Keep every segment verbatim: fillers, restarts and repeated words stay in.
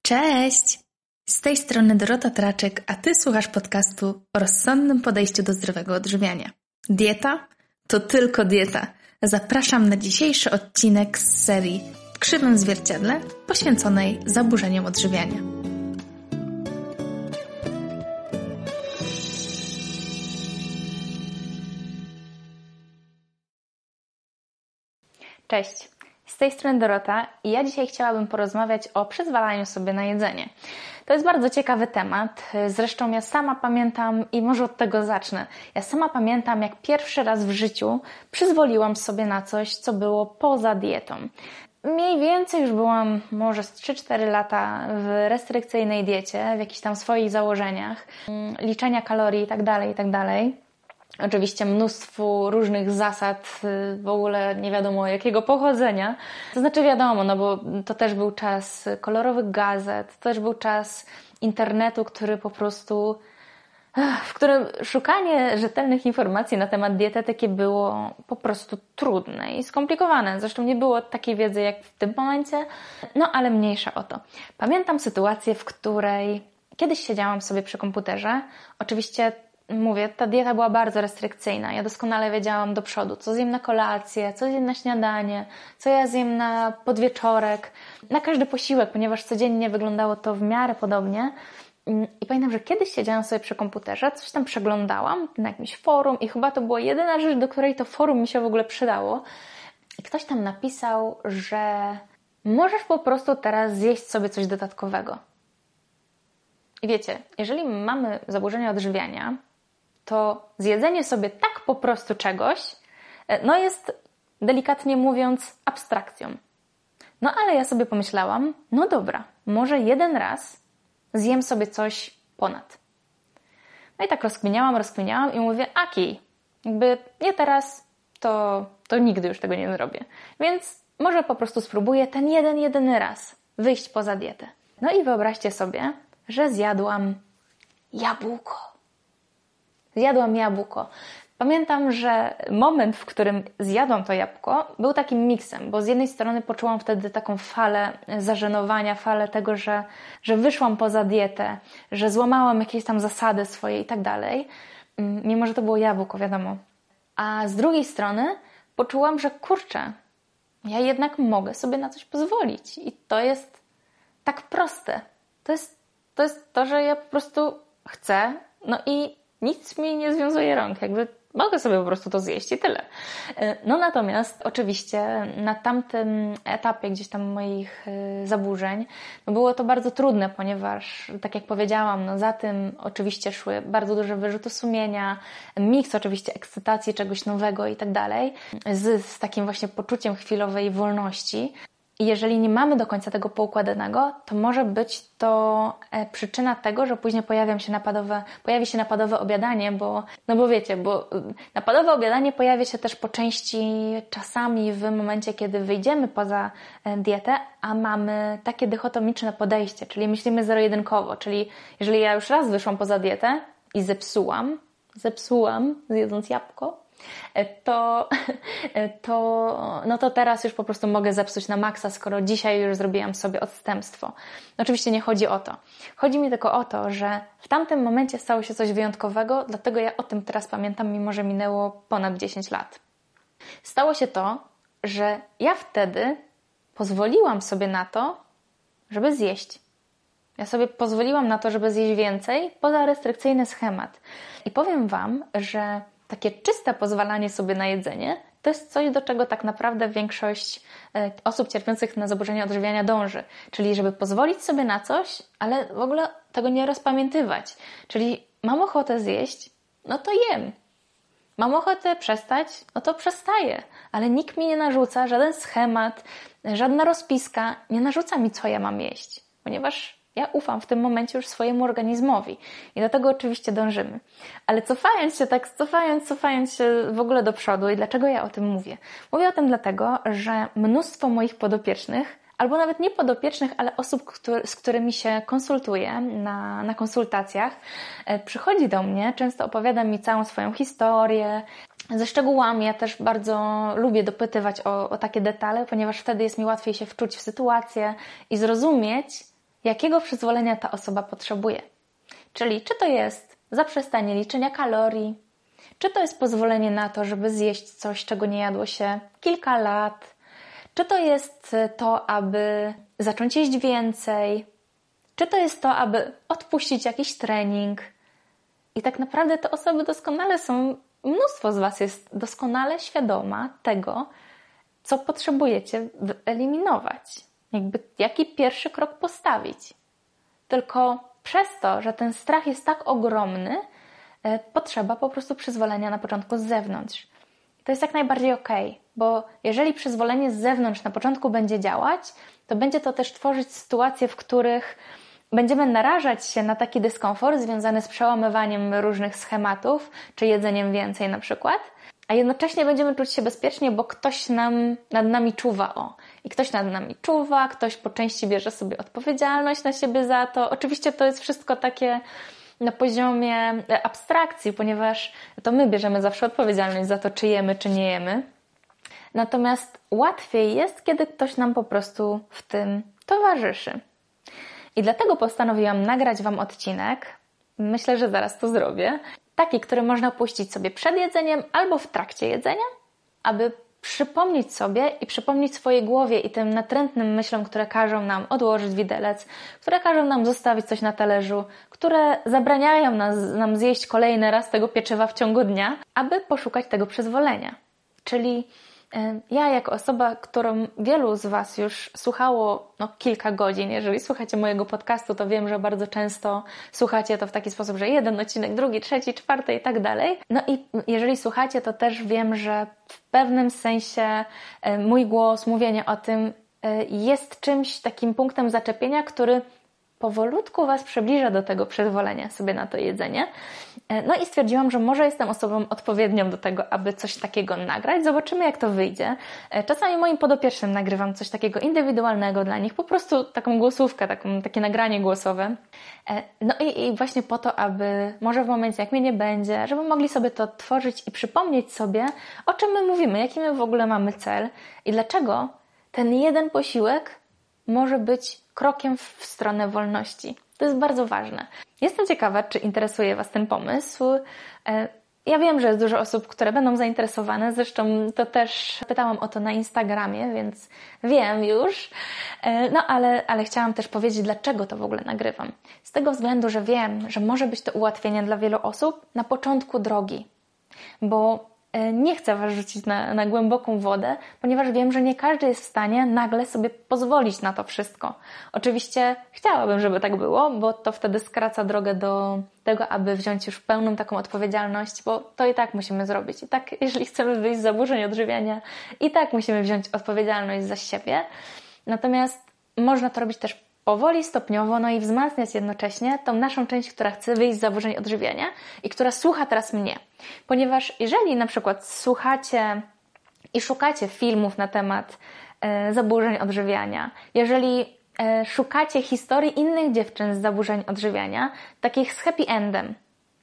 Cześć! Z tej strony Dorota Traczek, a Ty słuchasz podcastu o rozsądnym podejściu do zdrowego odżywiania. Dieta? To tylko dieta. Zapraszam na dzisiejszy odcinek z serii W krzywym zwierciadle poświęconej zaburzeniom odżywiania. Cześć, z tej strony Dorota i ja dzisiaj chciałabym porozmawiać o przyzwalaniu sobie na jedzenie. To jest bardzo ciekawy temat, zresztą ja sama pamiętam i może od tego zacznę. Ja sama pamiętam, jak pierwszy raz w życiu przyzwoliłam sobie na coś, co było poza dietą. Mniej więcej już byłam może z trzy cztery lata w restrykcyjnej diecie, w jakichś tam swoich założeniach, liczenia kalorii itd., itd. Oczywiście mnóstwo różnych zasad, w ogóle nie wiadomo jakiego pochodzenia. To znaczy wiadomo, no bo to też był czas kolorowych gazet, to też był czas internetu, który po prostu, w którym szukanie rzetelnych informacji na temat dietetyki było po prostu trudne i skomplikowane. Zresztą nie było takiej wiedzy jak w tym momencie, no ale mniejsza o to. Pamiętam sytuację, w której kiedyś siedziałam sobie przy komputerze, oczywiście mówię, ta dieta była bardzo restrykcyjna. Ja doskonale wiedziałam do przodu, co zjem na kolację, co zjem na śniadanie, co ja zjem na podwieczorek, na każdy posiłek, ponieważ codziennie wyglądało to w miarę podobnie. I pamiętam, że kiedyś siedziałam sobie przy komputerze, coś tam przeglądałam na jakimś forum i chyba to była jedyna rzecz, do której to forum mi się w ogóle przydało. I ktoś tam napisał, że możesz po prostu teraz zjeść sobie coś dodatkowego. I wiecie, jeżeli mamy zaburzenia odżywiania, to zjedzenie sobie tak po prostu czegoś, no jest delikatnie mówiąc abstrakcją. No ale ja sobie pomyślałam, no dobra, może jeden raz zjem sobie coś ponad. No i tak rozkminiałam, rozkminiałam i mówię, aki, jakby nie teraz, to, to nigdy już tego nie zrobię. Więc może po prostu spróbuję ten jeden, jedyny raz wyjść poza dietę. No i wyobraźcie sobie, że zjadłam jabłko. Zjadłam jabłko. Pamiętam, że moment, w którym zjadłam to jabłko, był takim miksem, bo z jednej strony poczułam wtedy taką falę zażenowania, falę tego, że, że wyszłam poza dietę, że złamałam jakieś tam zasady swoje i tak dalej, mimo że to było jabłko, wiadomo. A z drugiej strony poczułam, że kurczę, ja jednak mogę sobie na coś pozwolić i to jest tak proste. To jest, to jest to, że ja po prostu chcę, no i nic mi nie związuje rąk, jakby mogę sobie po prostu to zjeść i tyle. No natomiast oczywiście na tamtym etapie gdzieś tam moich zaburzeń no było to bardzo trudne, ponieważ tak jak powiedziałam, no za tym oczywiście szły bardzo duże wyrzuty sumienia, miks oczywiście ekscytacji czegoś nowego i tak dalej, z, z takim właśnie poczuciem chwilowej wolności. I jeżeli nie mamy do końca tego poukładanego, to może być to przyczyna tego, że później pojawią się napadowe, pojawi się napadowe obiadanie, bo, no bo wiecie, bo napadowe obiadanie pojawia się też po części czasami w momencie, kiedy wyjdziemy poza dietę, a mamy takie dychotomiczne podejście, czyli myślimy zero-jedynkowo, czyli jeżeli ja już raz wyszłam poza dietę i zepsułam, zepsułam zjedząc jabłko, to, to, no to teraz już po prostu mogę zepsuć na maksa, skoro dzisiaj już zrobiłam sobie odstępstwo. Oczywiście nie chodzi o to. Chodzi mi tylko o to, że w tamtym momencie stało się coś wyjątkowego, dlatego ja o tym teraz pamiętam, mimo że minęło ponad dziesięć lat. Stało się to, że ja wtedy pozwoliłam sobie na to, żeby zjeść. Ja sobie pozwoliłam na to, żeby zjeść więcej, poza restrykcyjny schemat. I powiem Wam, że takie czyste pozwalanie sobie na jedzenie to jest coś, do czego tak naprawdę większość osób cierpiących na zaburzenia odżywiania dąży. Czyli żeby pozwolić sobie na coś, ale w ogóle tego nie rozpamiętywać. Czyli mam ochotę zjeść, no to jem. Mam ochotę przestać, no to przestaję. Ale nikt mi nie narzuca, żaden schemat, żadna rozpiska nie narzuca mi, co ja mam jeść. Ponieważ ja ufam w tym momencie już swojemu organizmowi i do tego oczywiście dążymy. Ale cofając się tak, cofając, cofając się w ogóle do przodu i dlaczego ja o tym mówię? Mówię o tym dlatego, że mnóstwo moich podopiecznych, albo nawet nie podopiecznych, ale osób, który, z którymi się konsultuję na, na konsultacjach, przychodzi do mnie, często opowiada mi całą swoją historię, ze szczegółami. Ja też bardzo lubię dopytywać o, o takie detale, ponieważ wtedy jest mi łatwiej się wczuć w sytuację i zrozumieć, jakiego przyzwolenia ta osoba potrzebuje. Czyli czy to jest zaprzestanie liczenia kalorii, czy to jest pozwolenie na to, żeby zjeść coś, czego nie jadło się kilka lat, czy to jest to, aby zacząć jeść więcej, czy to jest to, aby odpuścić jakiś trening. I tak naprawdę te osoby doskonale są, mnóstwo z Was jest doskonale świadoma tego, co potrzebujecie wyeliminować. Jakby jaki pierwszy krok postawić. Tylko przez to, że ten strach jest tak ogromny, potrzeba po prostu przyzwolenia na początku z zewnątrz. To jest jak najbardziej okej, bo jeżeli przyzwolenie z zewnątrz na początku będzie działać, to będzie to też tworzyć sytuacje, w których będziemy narażać się na taki dyskomfort związany z przełamywaniem różnych schematów, czy jedzeniem więcej na przykład, a jednocześnie będziemy czuć się bezpiecznie, bo ktoś nam, nad nami czuwa. O. I ktoś nad nami czuwa, ktoś po części bierze sobie odpowiedzialność na siebie za to. Oczywiście to jest wszystko takie na poziomie abstrakcji, ponieważ to my bierzemy zawsze odpowiedzialność za to, czy jemy, czy nie jemy. Natomiast łatwiej jest, kiedy ktoś nam po prostu w tym towarzyszy. I dlatego postanowiłam nagrać Wam odcinek, myślę, że zaraz to zrobię, taki, który można puścić sobie przed jedzeniem albo w trakcie jedzenia, aby przypomnieć sobie i przypomnieć swojej głowie i tym natrętnym myślom, które każą nam odłożyć widelec, które każą nam zostawić coś na talerzu, które zabraniają nas, nam zjeść kolejny raz tego pieczywa w ciągu dnia, aby poszukać tego przyzwolenia. Czyli ja jako osoba, którą wielu z Was już słuchało no, kilka godzin, jeżeli słuchacie mojego podcastu, to wiem, że bardzo często słuchacie to w taki sposób, że jeden odcinek, drugi, trzeci, czwarty i tak dalej. No i jeżeli słuchacie, to też wiem, że w pewnym sensie mój głos, mówienie o tym jest czymś takim punktem zaczepienia, który powolutku Was przybliża do tego przyzwolenia sobie na to jedzenie. No i stwierdziłam, że może jestem osobą odpowiednią do tego, aby coś takiego nagrać. Zobaczymy, jak to wyjdzie. Czasami moim podopiecznym nagrywam coś takiego indywidualnego dla nich, po prostu taką głosówkę, taką, takie nagranie głosowe. No i, i właśnie po to, aby może w momencie, jak mnie nie będzie, żeby mogli sobie to odtworzyć i przypomnieć sobie, o czym my mówimy, jaki my w ogóle mamy cel i dlaczego ten jeden posiłek może być krokiem w stronę wolności. To jest bardzo ważne. Jestem ciekawa, czy interesuje Was ten pomysł. Ja wiem, że jest dużo osób, które będą zainteresowane. Zresztą to też pytałam o to na Instagramie, więc wiem już. No ale, ale chciałam też powiedzieć, dlaczego to w ogóle nagrywam. Z tego względu, że wiem, że może być to ułatwienie dla wielu osób na początku drogi. Bo nie chcę Was rzucić na, na głęboką wodę, ponieważ wiem, że nie każdy jest w stanie nagle sobie pozwolić na to wszystko. Oczywiście chciałabym, żeby tak było, bo to wtedy skraca drogę do tego, aby wziąć już pełną taką odpowiedzialność, bo to i tak musimy zrobić. I tak, jeżeli chcemy wyjść z zaburzeń odżywiania, i tak musimy wziąć odpowiedzialność za siebie. Natomiast można to robić też powoli, stopniowo, no i wzmacniać jednocześnie tą naszą część, która chce wyjść z zaburzeń odżywiania i która słucha teraz mnie. Ponieważ jeżeli na przykład słuchacie i szukacie filmów na temat e, zaburzeń odżywiania, jeżeli e, szukacie historii innych dziewczyn z zaburzeń odżywiania, takich z happy endem,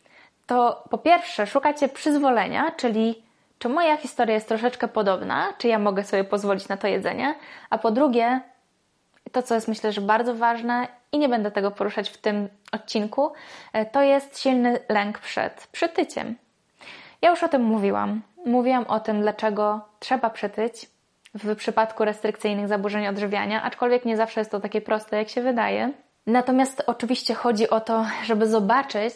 to po pierwsze szukacie przyzwolenia, czyli czy moja historia jest troszeczkę podobna, czy ja mogę sobie pozwolić na to jedzenie, a po drugie to, co jest myślę, że bardzo ważne i nie będę tego poruszać w tym odcinku, to jest silny lęk przed przytyciem. Ja już o tym mówiłam. Mówiłam o tym, dlaczego trzeba przytyć w przypadku restrykcyjnych zaburzeń odżywiania, aczkolwiek nie zawsze jest to takie proste, jak się wydaje. Natomiast oczywiście chodzi o to, żeby zobaczyć,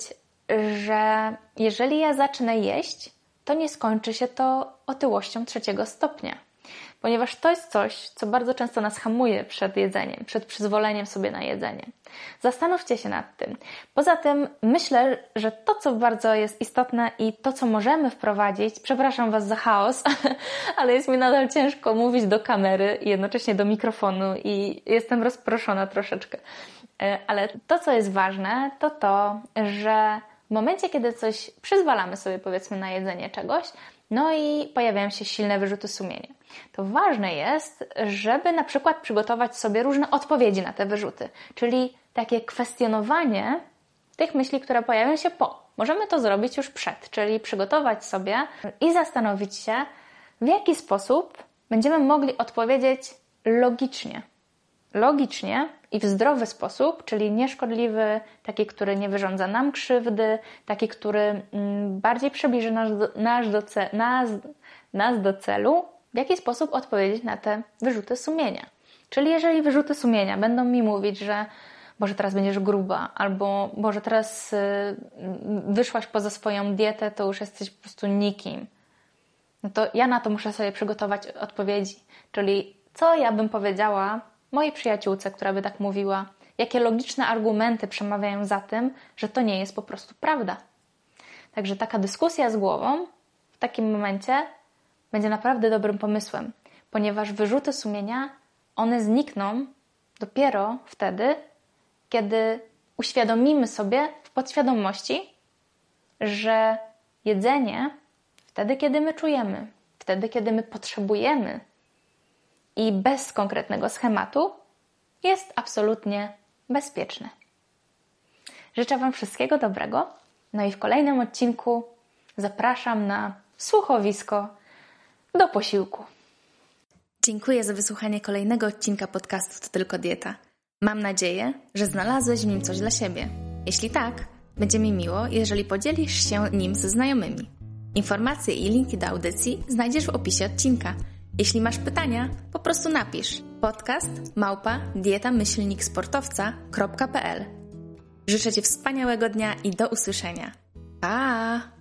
że jeżeli ja zacznę jeść, to nie skończy się to otyłością trzeciego stopnia. Ponieważ to jest coś, co bardzo często nas hamuje przed jedzeniem, przed przyzwoleniem sobie na jedzenie. Zastanówcie się nad tym. Poza tym myślę, że to, co bardzo jest istotne i to, co możemy wprowadzić, przepraszam Was za chaos, ale jest mi nadal ciężko mówić do kamery i jednocześnie do mikrofonu i jestem rozproszona troszeczkę. Ale to, co jest ważne, to to, że w momencie, kiedy coś przyzwalamy sobie, powiedzmy, na jedzenie czegoś, no i pojawiają się silne wyrzuty sumienia. To ważne jest, żeby na przykład przygotować sobie różne odpowiedzi na te wyrzuty, czyli takie kwestionowanie tych myśli, które pojawią się po. Możemy to zrobić już przed, czyli przygotować sobie i zastanowić się, w jaki sposób będziemy mogli odpowiedzieć logicznie. logicznie i w zdrowy sposób, czyli nieszkodliwy, taki, który nie wyrządza nam krzywdy, taki, który bardziej przybliży nas do, nas do, ce, nas, nas do celu, w jaki sposób odpowiedzieć na te wyrzuty sumienia. Czyli jeżeli wyrzuty sumienia będą mi mówić, że Boże, teraz będziesz gruba, albo Boże, teraz y, wyszłaś poza swoją dietę, to już jesteś po prostu nikim, no to ja na to muszę sobie przygotować odpowiedzi. Czyli co ja bym powiedziała mojej przyjaciółce, która by tak mówiła, jakie logiczne argumenty przemawiają za tym, że to nie jest po prostu prawda. Także taka dyskusja z głową w takim momencie będzie naprawdę dobrym pomysłem, ponieważ wyrzuty sumienia, one znikną dopiero wtedy, kiedy uświadomimy sobie w podświadomości, że jedzenie wtedy, kiedy my czujemy, wtedy, kiedy my potrzebujemy i bez konkretnego schematu, jest absolutnie bezpieczne. Życzę Wam wszystkiego dobrego. No i w kolejnym odcinku zapraszam na słuchowisko do posiłku. Dziękuję za wysłuchanie kolejnego odcinka podcastu To Tylko Dieta. Mam nadzieję, że znalazłeś w nim coś dla siebie. Jeśli tak, będzie mi miło, jeżeli podzielisz się nim ze znajomymi. Informacje i linki do audycji znajdziesz w opisie odcinka. Jeśli masz pytania, po prostu napisz podcast małpa dieta myślnik sportowca kropka p l. Życzę Ci wspaniałego dnia i do usłyszenia. Pa!